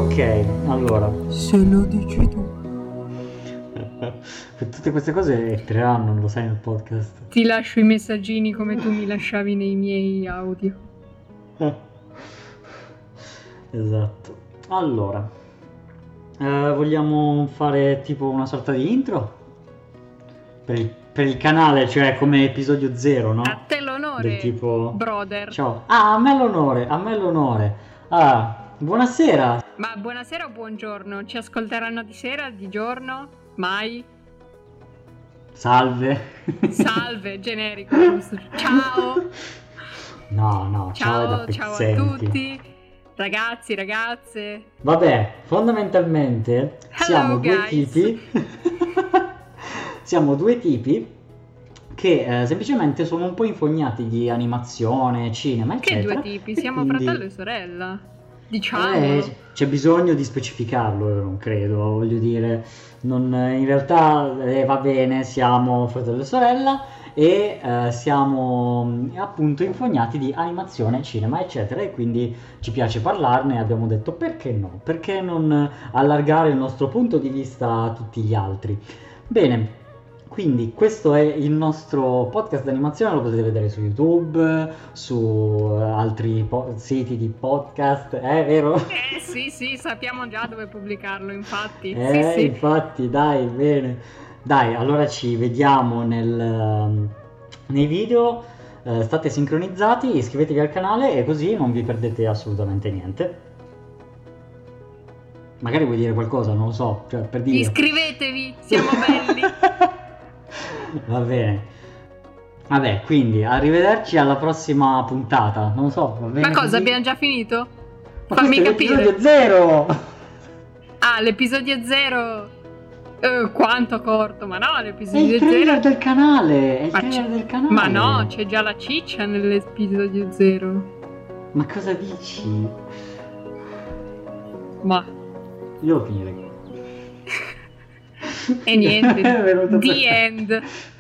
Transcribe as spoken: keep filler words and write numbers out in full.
Ok, allora. Se lo dici tu. Tutte queste cose entreranno, lo sai, nel podcast. Ti lascio i messaggini come tu mi lasciavi nei miei audio. Esatto. Allora, eh, vogliamo fare tipo una sorta di intro? Per il, per il canale, cioè come episodio zero, no? A te l'onore, Del tipo... brother. Ciao. Ah, a me l'onore, a me l'onore. Ah, buonasera. Ma buonasera o buongiorno? Ci ascolteranno di sera, di giorno? Mai? Salve. Salve, generico, giusto? Ciao. No, no, ciao, è da Ciao, ciao a pezzenti. tutti. Ragazzi, ragazze. Vabbè, fondamentalmente siamo Hello, due guys. tipi. Siamo due tipi che eh, semplicemente sono un po' infognati di animazione, cinema, Che eccetera. due tipi? e Siamo quindi- fratello e sorella. Diciamo. Eh, c'è bisogno di specificarlo, io non credo, voglio dire, non, in realtà eh, va bene, siamo fratello e sorella e eh, siamo mh, appunto infognati di animazione, cinema, eccetera, e quindi ci piace parlarne e abbiamo detto perché no, perché non allargare il nostro punto di vista a tutti gli altri. Bene. Quindi questo è il nostro podcast di animazione, lo potete vedere su YouTube, su eh, altri po- siti di podcast, è vero? Eh sì, sì, sappiamo già dove pubblicarlo, infatti. Eh, Sì, sì. infatti, dai, bene. Dai, allora ci vediamo nel, ehm, nei video, eh, state sincronizzati, iscrivetevi al canale e così non vi perdete assolutamente niente. Magari vuoi dire qualcosa, non lo so, cioè per dire. Iscrivetevi, siamo belli. Va bene. Vabbè, quindi arrivederci alla prossima puntata. Non lo so, va bene. Ma cosa, così? abbiamo già finito? Ma Fammi questo è capire. l'episodio zero! Ah, l'episodio zero. Eh, quanto corto, ma no, È l'episodio il trailer zero. del canale! È il Ma trailer c'è- del canale! Ma no, c'è già la ciccia nell'episodio zero. Ma cosa dici? Ma Io lo finirei. e niente. È venuto The per- end.